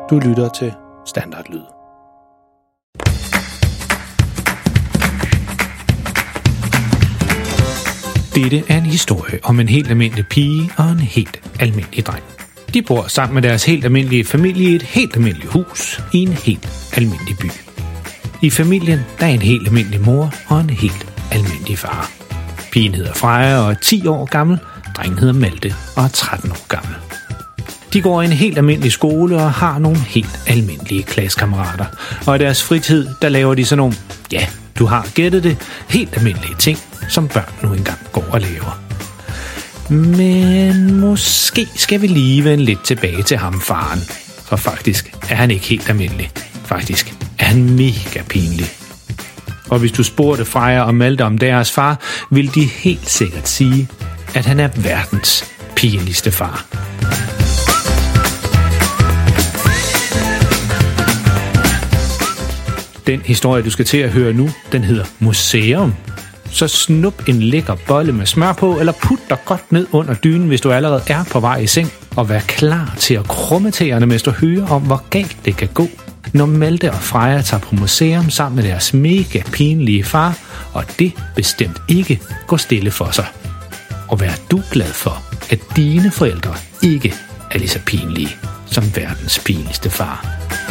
Du lytter til Standardlyd. Dette er en historie om en helt almindelig pige og en helt almindelig dreng. De bor sammen med deres helt almindelige familie i et helt almindeligt hus i en helt almindelig by. I familien der er en helt almindelig mor og en helt almindelig far. Pigen hedder Freja og er 10 år gammel, drengen hedder Malte og er 13 år gammel. De går i en helt almindelig skole og har nogle helt almindelige klassekammerater. Og i deres fritid, der laver de sådan nogle, ja, du har gættet det, helt almindelige ting, som børn nu engang går og laver. Men måske skal vi lige vende lidt tilbage til ham, faren. For faktisk er han ikke helt almindelig. Faktisk er han mega pinlig. Og hvis du spurgte Freja og Malte om deres far, vil de helt sikkert sige, at han er verdens pinligste far. Den historie, du skal til at høre nu, den hedder Museum. Så snup en lækker bolle med smør på, eller put dig godt ned under dynen, hvis du allerede er på vej i seng, og vær klar til at krumme tæerne, mens du hører om, hvor galt det kan gå, når Malte og Freja tager på museum sammen med deres mega pinlige far, og det bestemt ikke går stille for sig. Og vær du glad for, at dine forældre ikke er lige så pinlige som verdens pinligste far.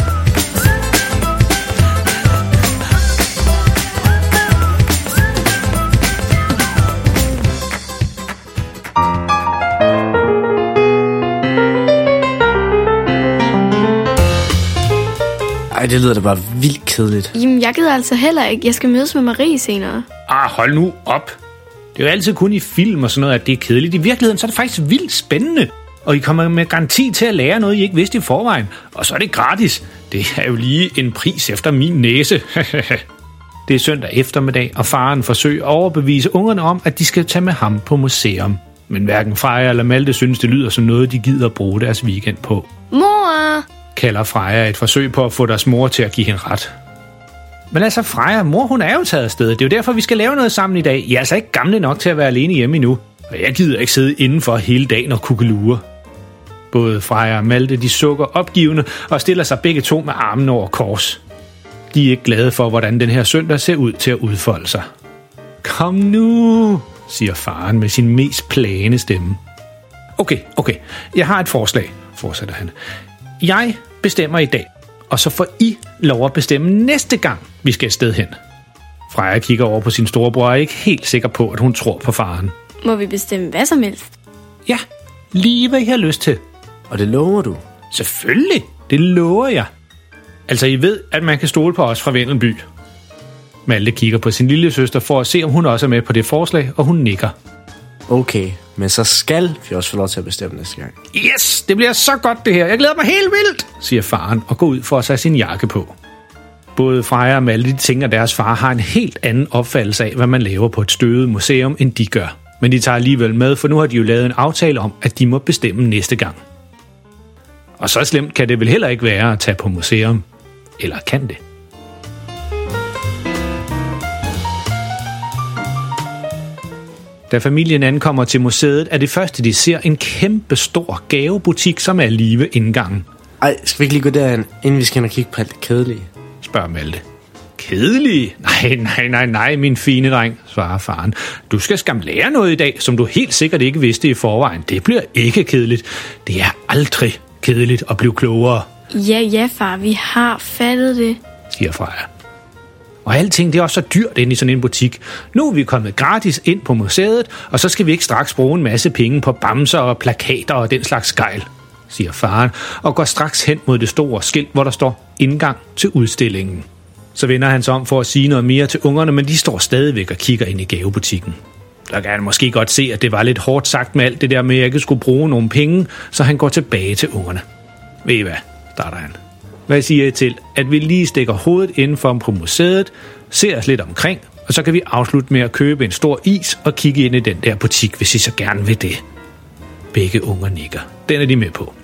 Ej, det lyder da bare vildt kedeligt. Jamen, jeg gider altså heller ikke. Jeg skal mødes med Marie senere. Hold nu op. Det er jo altid kun i film og sådan noget, at det er kedeligt. I virkeligheden så er det faktisk vildt spændende. Og I kommer med garanti til at lære noget, I ikke vidste i forvejen. Og så er det gratis. Det er jo lige en pris efter min næse. Det er søndag eftermiddag, og faren forsøger at overbevise ungerne om, at de skal tage med ham på museum. Men hverken Freja eller Malte synes, det lyder som noget, de gider bruge deres weekend på. Mor! Kalder Freja et forsøg på at få deres mor til at give hende ret. Men altså Freja, mor hun er jo taget afsted. Det er jo derfor, vi skal lave noget sammen i dag. I er altså ikke gamle nok til at være alene hjemme endnu. Og jeg gider ikke sidde indenfor hele dagen og kukkelure. Både Freja og Malte, de sukker opgivende og stiller sig begge to med armen over kors. De er ikke glade for, hvordan den her søndag ser ud til at udfolde sig. Kom nu, siger faren med sin mest plagende stemme. Okay, jeg har et forslag, fortsætter han. Jeg bestemmer i dag, og så får I lov at bestemme næste gang, vi skal et sted hen. Freja kigger over på sin storebror og er ikke helt sikker på, at hun tror på faren. Må vi bestemme hvad som helst? Ja, lige hvad I har lyst til. Og det lover du? Selvfølgelig, det lover jeg. Altså, I ved, at man kan stole på os fra Vendelby. Malte kigger på sin lille søster for at se, om hun også er med på det forslag, og hun nikker. Okay, men så skal vi også få lov til at bestemme næste gang. Yes, det bliver så godt det her. Jeg glæder mig helt vildt, siger faren og går ud for at tage sin jakke på. Både Freja og Malte tænker, at deres far har en helt anden opfattelse af, hvad man laver på et støvet museum, end de gør. Men de tager alligevel med, for nu har de jo lavet en aftale om, at de må bestemme næste gang. Og så slemt kan det vel heller ikke være at tage på museum. Eller kan det? Da familien ankommer til museet, er det første, de ser en kæmpe stor gavebutik, som er lige ved indgangen. Ej, skal vi ikke lige gå derhen, inden vi skal ind og kigge på alt det kedelige? Spørger Malte. Kedelige? Nej, min fine dreng, svarer faren. Du skal skam lære noget i dag, som du helt sikkert ikke vidste i forvejen. Det bliver ikke kedeligt. Det er aldrig kedeligt at blive klogere. Ja, far, vi har fattet det, siger Freja. Og alting det er også så dyrt inde i sådan en butik. Nu er vi kommet gratis ind på museet, og så skal vi ikke straks bruge en masse penge på bamser og plakater og den slags gejl, siger faren, og går straks hen mod det store skilt, hvor der står indgang til udstillingen. Så vender han sig om for at sige noget mere til ungerne, men de står stadigvæk og kigger ind i gavebutikken. Der kan han måske godt se, at det var lidt hårdt sagt med alt det der med, at jeg ikke skulle bruge nogle penge, så han går tilbage til ungerne. Ved I hvad, starter han. Hvad siger I til, at vi lige stikker hovedet indenfor på museet, ser os lidt omkring, og så kan vi afslutte med at købe en stor is og kigge ind i den der butik, hvis I så gerne vil det. Begge unger nikker. Den er de med på.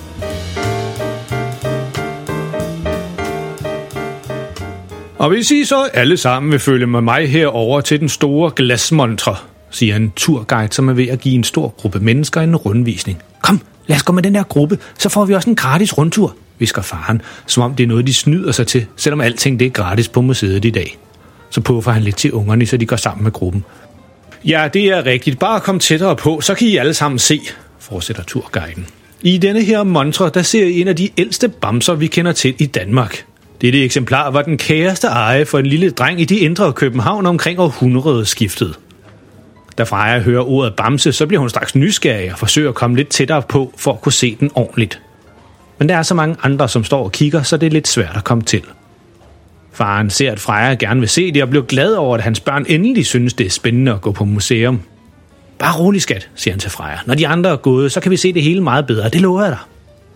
Og hvis I så alle sammen vil følge med mig herover til den store glasmontre, siger en turguide, som er ved at give en stor gruppe mennesker en rundvisning. Kom, lad os gå med den der gruppe, så får vi også en gratis rundtur, visker faren, som om det er noget, de snyder sig til, selvom alting det er gratis på museet i dag. Så puffer han lidt til ungerne, så de går sammen med gruppen. Ja, det er rigtigt. Bare kom tættere på, så kan I alle sammen se, fortsætter turguiden. I denne her montre, der ser I en af de ældste bamser, vi kender til i Danmark. Dette eksemplar var den kæreste eje for en lille dreng i de indre København omkring århundredeskiftet. Da Freja hører ordet bamse, så bliver hun straks nysgerrig og forsøger at komme lidt tættere på, for at kunne se den ordentligt. Men der er så mange andre, som står og kigger, så det er lidt svært at komme til. Faren ser, at Freja gerne vil se det, og bliver glad over, at hans børn endelig synes, det er spændende at gå på museum. Bare rolig, skat, siger han til Freja. Når de andre er gået, så kan vi se det hele meget bedre, det lover jeg dig.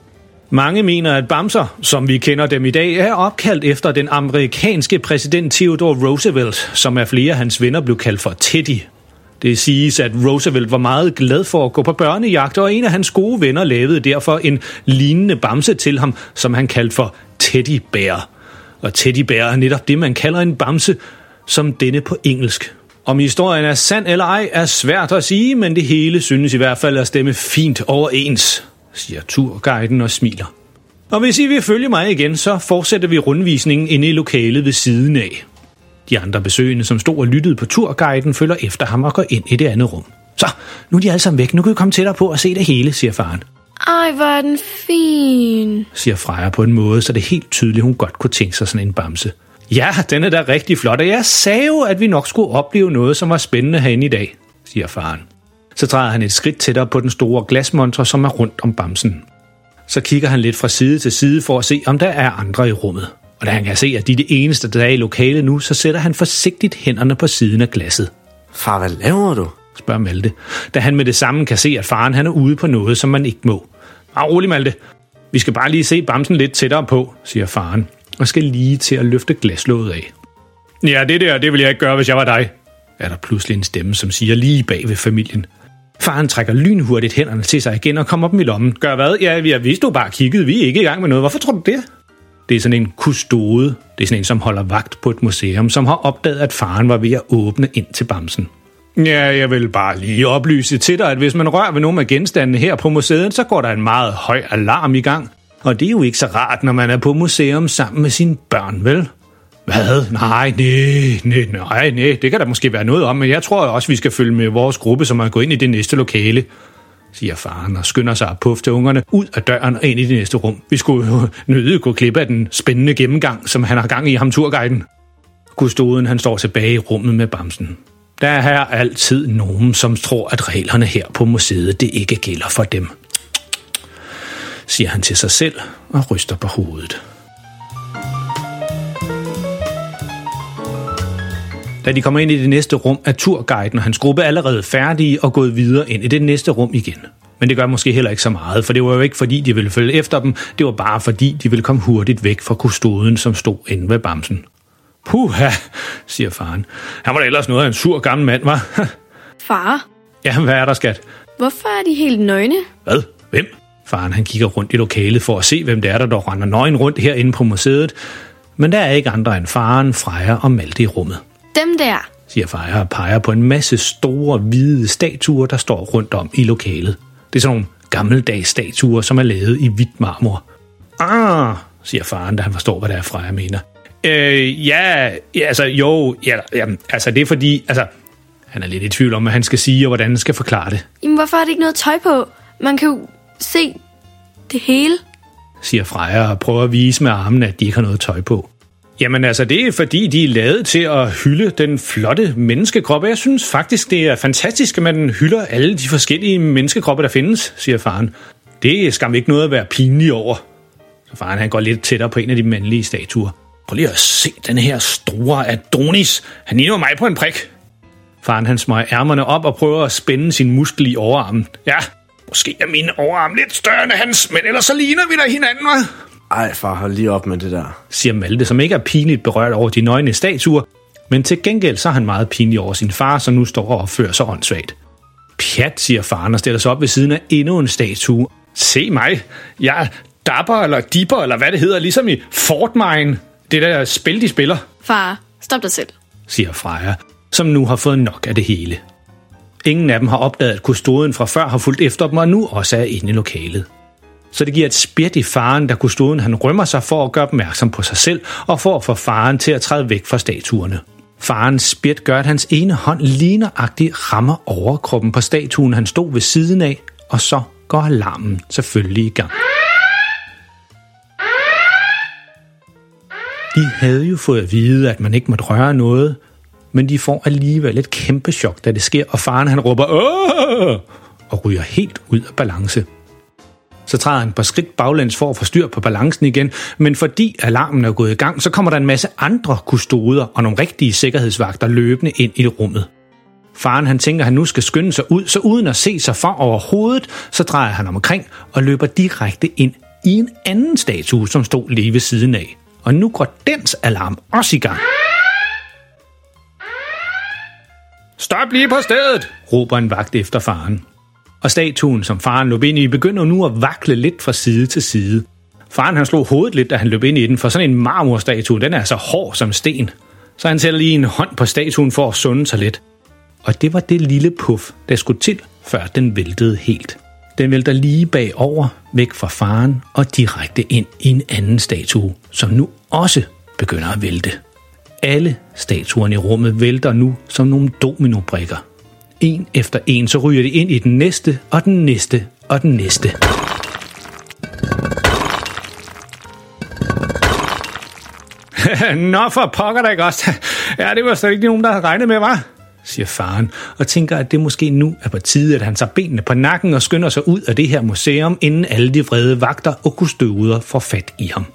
Mange mener, at bamser, som vi kender dem i dag, er opkaldt efter den amerikanske præsident Theodore Roosevelt, som af flere af hans venner blev kaldt for Teddy. Det siges, at Roosevelt var meget glad for at gå på børnejagt, og en af hans gode venner lavede derfor en lignende bamse til ham, som han kaldte for Teddy Bear. Og Teddy Bear er netop det, man kalder en bamse, som denne på engelsk. Om historien er sand eller ej, er svært at sige, men det hele synes i hvert fald at stemme fint overens, siger turguiden og smiler. Og hvis I vil følge mig igen, så fortsætter vi rundvisningen inde i lokalet ved siden af. De andre besøgende, som stod og lyttede på turguiden, følger efter ham og går ind i det andet rum. Så, nu er de alle sammen væk. Nu kan vi komme tættere på og se det hele, siger faren. Ej, hvor er den fin, siger Freja på en måde, så det er helt tydeligt, hun godt kunne tænke sig sådan en bamse. Ja, den er da rigtig flot, og jeg sagde jo, at vi nok skulle opleve noget, som var spændende herinde i dag, siger faren. Så træder han et skridt tættere på den store glasmontre, som er rundt om bamsen. Så kigger han lidt fra side til side for at se, om der er andre i rummet. Og da han kan se, at de er det eneste, der er i lokalet nu, så sætter han forsigtigt hænderne på siden af glasset. Far, hvad laver du? Spørger Malte, da han med det samme kan se, at faren han er ude på noget, som man ikke må. Rolig, Malte. Vi skal bare lige se bamsen lidt tættere på, siger faren, og skal lige til at løfte glaslåget af. Ja, det vil jeg ikke gøre, hvis jeg var dig, er der pludselig en stemme, som siger lige bag ved familien. Faren trækker lynhurtigt hænderne til sig igen og kommer op i lommen. Gør hvad? Ja, vi har vist du bare kigget. Vi er ikke i gang med noget. Hvorfor tror du det? Det er sådan en kustode. Det er sådan en, som holder vagt på et museum, som har opdaget, at faren var ved at åbne ind til bamsen. Ja, jeg vil bare lige oplyse til dig, at hvis man rører ved nogle af genstandene her på museet, så går der en meget høj alarm i gang. Og det er jo ikke så rart, når man er på museum sammen med sine børn, vel? Hvad? Nej, det kan der måske være noget om, men jeg tror også, vi skal følge med vores gruppe, som er gået ind i det næste lokale, siger faren og skynder sig at puffe til ungerne ud af døren og ind i det næste rum. Vi skulle jo nødigt gå glip af den spændende gennemgang, som han har gang i ham turguiden. Kustoden, han står tilbage i rummet med bamsen. Der er her altid nogen, som tror, at reglerne her på museet, det ikke gælder for dem, siger han til sig selv og ryster på hovedet. Da de kommer ind i det næste rum, er turguiden og hans gruppe allerede færdige og gået videre ind i det næste rum igen. Men det gør måske heller ikke så meget, for det var jo ikke fordi, de ville følge efter dem. Det var bare fordi, de ville komme hurtigt væk fra kustoden, som stod inde ved bamsen. Puha, siger faren. Han var da ellers noget af en sur gammel mand, hva'? Far? Ja, hvad er der, skat? Hvorfor er de helt nøgne? Hvad? Hvem? Faren han kigger rundt i lokalet for at se, hvem det er, der render nøgen rundt herinde på museet. Men der er ikke andre end faren, Freja og Malte i rummet. Dem der, siger Freja og peger på en masse store, hvide statuer, der står rundt om i lokalet. Det er sådan nogle gammeldags statuer, som er lavet i hvidt marmor. Siger faren, da han forstår, hvad det er, Freja mener. Det er fordi, han er lidt i tvivl om, hvad han skal sige, og hvordan han skal forklare det. Jamen, hvorfor er det ikke noget tøj på? Man kan jo se det hele, siger Freja og prøver at vise med armene, at de ikke har noget tøj på. Jamen det er fordi, de er lavet til at hylde den flotte menneskekrop. Jeg synes faktisk, det er fantastisk, at man hylder alle de forskellige menneskekroppe, der findes, siger faren. Det er skam ikke noget at være pinlig over. Så faren han går lidt tættere på en af de mandlige statuer. Prøv lige at se den her store Adonis. Han ligner mig på en prik. Faren han smøger ærmerne op og prøver at spænde sin muskel i overarmen. Ja, måske er mine overarm lidt større end hans, men ellers så ligner vi da hinanden, hva'? Ej, far, hold lige op med det der, siger Malte, som ikke er pinligt berørt over de nøgne statuer, men til gengæld så er han meget pinlig over sin far, som nu står og opfører sig åndssvagt. Pjat, siger faren og stiller sig op ved siden af endnu en statue. Se mig, jeg er dapper eller dipper, eller hvad det hedder, ligesom i Fort Mine. Det der spil, de spiller. Far, stop dig selv, siger Freja, som nu har fået nok af det hele. Ingen af dem har opdaget, at kustoden fra før har fulgt efter dem, og nu også er inde i lokalet. Så det giver et spjæt i faren, da kustoden han rømmer sig for at gøre opmærksom på sig selv og for at få faren til at træde væk fra statuerne. Farens spjæt gør, at hans ene hånd ligneragtigt rammer overkroppen på statuen, han stod ved siden af, og så går alarmen selvfølgelig i gang. De havde jo fået at vide, at man ikke måtte røre noget, men de får alligevel et kæmpe chok, da det sker, og faren han råber åh! Og ryger helt ud af balance. Så træder han på skridt baglæns for at få styr på balancen igen, men fordi alarmen er gået i gang, så kommer der en masse andre kustoder og nogle rigtige sikkerhedsvagter løbende ind i rummet. Faren han tænker, at han nu skal skynde sig ud, så uden at se sig for overhovedet, så drejer han omkring og løber direkte ind i en anden statue, som stod lige ved siden af. Og nu går dens alarm også i gang. Stop lige på stedet, råber en vagt efter faren. Og statuen, som faren løb ind i, begynder nu at vakle lidt fra side til side. Faren han slog hovedet lidt, da han løb ind i den, for sådan en marmorstatue, den er så hård som sten. Så han sætter lige en hånd på statuen for at sunde sig lidt. Og det var det lille puff, der skulle til, før den væltede helt. Den vælter lige bagover, væk fra faren og direkte ind i en anden statue, som nu også begynder at vælte. Alle statuerne i rummet vælter nu som nogle dominobrikker. En efter en, så ryger de ind i den næste, og den næste, og den næste. Nå for pokker da ikke også. Ja, det var slet ikke nogen, der havde regnet med, hva'? Siger faren, og tænker, at det måske nu er på tide, at han tager benene på nakken og skynder sig ud af det her museum, inden alle de vrede vagter og kustoder får fat i ham.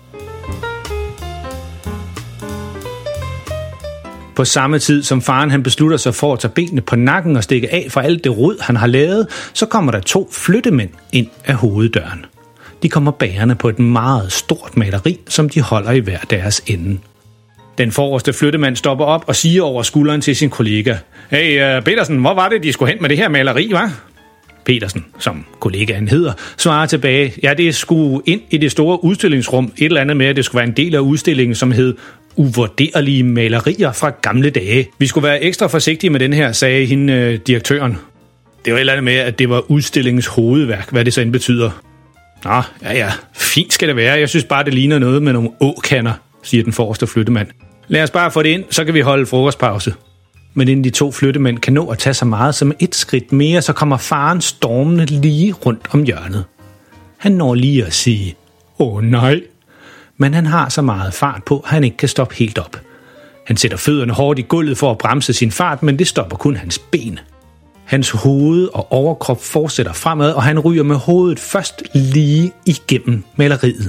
På samme tid som faren han beslutter sig for at tage benene på nakken og stikke af fra alt det rod, han har lavet, så kommer der 2 flyttemænd ind af hoveddøren. De kommer bærende på et meget stort maleri, som de holder i hver deres ende. Den forreste flyttemand stopper op og siger over skulderen til sin kollega: Hey, Petersen, hvor var det, de skulle hen med det her maleri, hva'? Petersen, som kollegaen hedder, svarer tilbage: Ja, det skulle ind i det store udstillingsrum. Et eller andet med, at det skulle være en del af udstillingen, som hed Uvurderlige malerier fra gamle dage. Vi skulle være ekstra forsigtige med den her, sagde hende direktøren. Det var et eller andet med, at det var udstillingens hovedværk, hvad det så end betyder. Nå, ja, fint skal det være. Jeg synes bare, det ligner noget med nogle åkander, siger den forreste flyttemand. Lad os bare få det ind, så kan vi holde frokostpause. Men inden de 2 flyttemænd kan nå at tage så meget som et skridt mere, så kommer faren stormende lige rundt om hjørnet. Han når lige at sige: Åh nej. Men han har så meget fart på, at han ikke kan stoppe helt op. Han sætter fødderne hårdt i gulvet for at bremse sin fart, men det stopper kun hans ben. Hans hoved og overkrop fortsætter fremad, og han ryger med hovedet først lige igennem maleriet.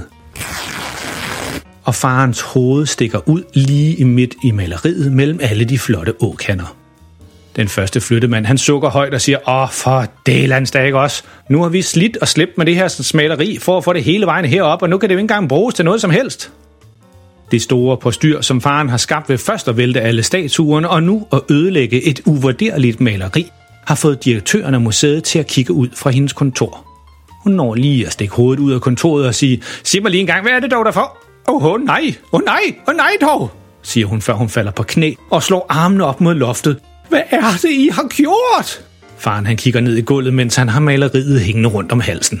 Og farens hoved stikker ud lige i midt i maleriet mellem alle de flotte åkander. Den første flyttemand, han sukker højt og siger: for dælans da ikke også. Nu har vi slidt og slæbt med det her maleri for at få det hele vejen herop, og nu kan det jo ikke engang bruges til noget som helst. Det store postyr, som faren har skabt ved først at vælte alle statuerne, og nu at ødelægge et uvurderligt maleri, har fået direktøren af museet til at kigge ud fra hendes kontor. Hun når lige at stikke hovedet ud af kontoret og sige: Sig mig lige en gang, hvad er det dog derfor? Nej dog, siger hun, før hun falder på knæ og slår armene op mod loftet. Hvad er det, I har gjort? Faren han kigger ned i gulvet, mens han har maleriet hængende rundt om halsen.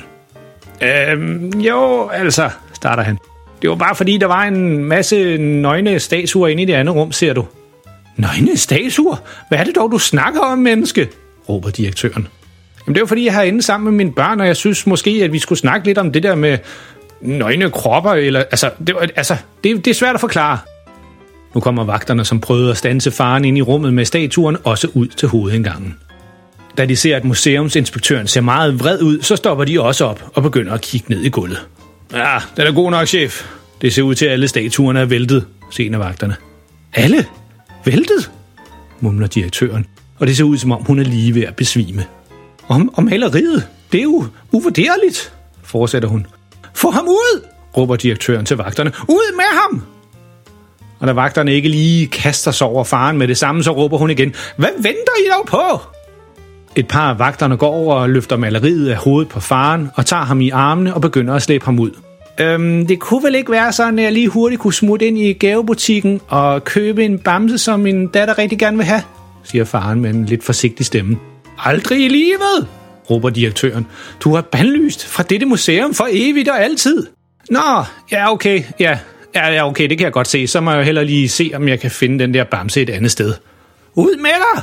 Starter han. Det var bare fordi, der var en masse nøgne statuer inde i det andet rum, ser du. Nøgne statuer? Hvad er det dog, du snakker om, menneske? Råber direktøren. Jamen det var fordi, jeg har inde sammen med mine børn, og jeg synes måske, at vi skulle snakke lidt om det der med nøgne kropper, eller det er svært at forklare. Nu kommer vagterne, som prøvede at standse faren ind i rummet med statuerne, også ud til hovedindgangen. Da de ser, at museumsinspektøren ser meget vred ud, så stopper de også op og begynder at kigge ned i gulvet. Ja, den er god nok, chef. Det ser ud til, at alle statuerne er væltet, siger en af vagterne. Alle? Væltet? Mumler direktøren, og det ser ud, som om hun er lige ved at besvime. Og maleriet, det er jo uvurderligt, fortsætter hun. Få ham ud, råber direktøren til vagterne. Ud med ham! Og da vagterne ikke lige kaster sig over faren med det samme, så råber hun igen: Hvad venter I dog på? Et par af vagterne går over og løfter maleriet af hovedet på faren og tager ham i armene og begynder at slæbe ham ud. Det kunne vel ikke være sådan, at jeg lige hurtigt kunne smutte ind i gavebutikken og købe en bamse, som min datter rigtig gerne vil have, siger faren med en lidt forsigtig stemme. Aldrig i livet, råber direktøren. Du har bandlyst fra dette museum for evigt og altid. Nå, ja okay, ja okay, det kan jeg godt se. Så må jeg jo hellere lige se, om jeg kan finde den der bamse et andet sted. Ud med dig!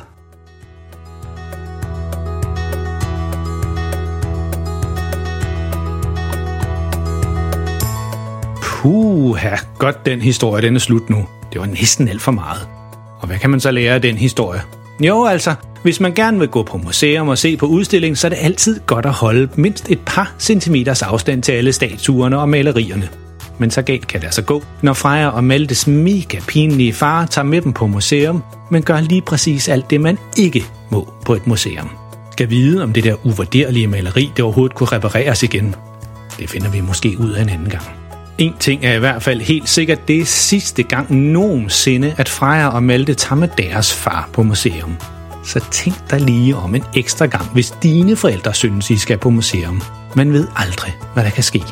Puha, godt den historie, den er slut nu. Det var næsten alt for meget. Og hvad kan man så lære af den historie? Jo, altså, hvis man gerne vil gå på museum og se på udstilling, så er det altid godt at holde mindst et par centimeters afstand til alle statuerne og malerierne. Men så galt kan det altså gå, når Freja og Maltes mega pinlige far tager med dem på museum, men gør lige præcis alt det, man ikke må på et museum. Skal vide, om det der uvurderlige maleri, det overhovedet kunne repareres igen. Det finder vi måske ud af en anden gang. En ting er i hvert fald helt sikkert, det er sidste gang nogensinde, at Freja og Malte tager med deres far på museum. Så tænk dig lige om en ekstra gang, hvis dine forældre synes, I skal på museum. Man ved aldrig, hvad der kan ske.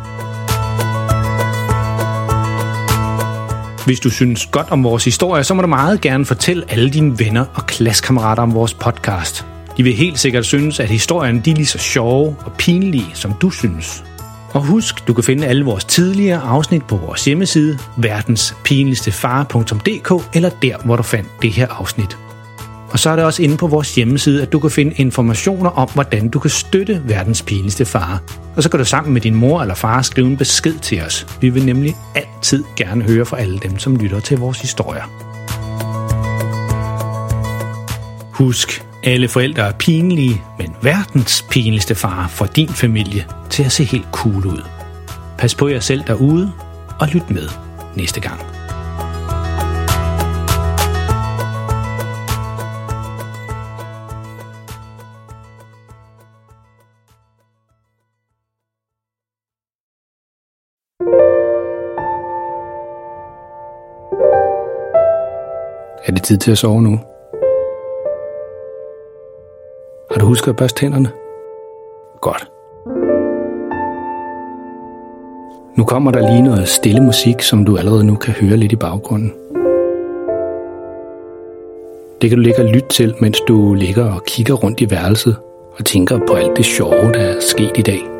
Hvis du synes godt om vores historie, så må du meget gerne fortælle alle dine venner og klassekammerater om vores podcast. De vil helt sikkert synes, at historien de er lige så sjove og pinlige, som du synes. Og husk, du kan finde alle vores tidligere afsnit på vores hjemmeside, verdenspinligstefar.dk, eller der, hvor du fandt det her afsnit. Og så er det også inde på vores hjemmeside, at du kan finde informationer om, hvordan du kan støtte Verdens Pinligste Far. Og så kan du sammen med din mor eller far skrive en besked til os. Vi vil nemlig altid gerne høre fra alle dem, som lytter til vores historier. Husk, alle forældre er pinlige, men verdens pinligste far får din familie til at se helt cool ud. Pas på jer selv derude, og lyt med næste gang. Er det tid til at sove nu? Har du husket at børste tænderne? Godt. Nu kommer der lige noget stille musik, som du allerede nu kan høre lidt i baggrunden. Det kan du ligge og lytte til, mens du ligger og kigger rundt i værelset og tænker på alt det sjove, der er sket i dag.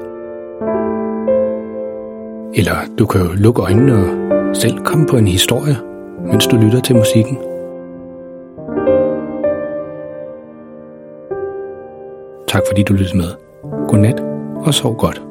Eller du kan jo lukke øjnene og selv komme på en historie, mens du lytter til musikken. Tak fordi du lyttede med. Godnat og sov godt.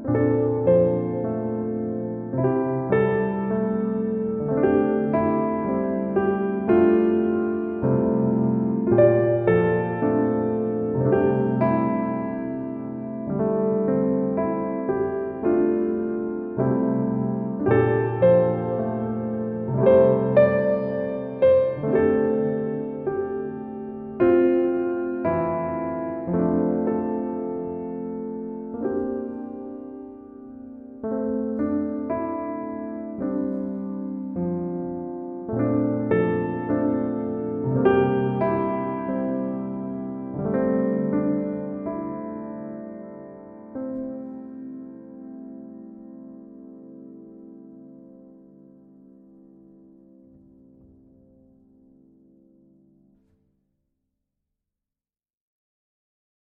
thank you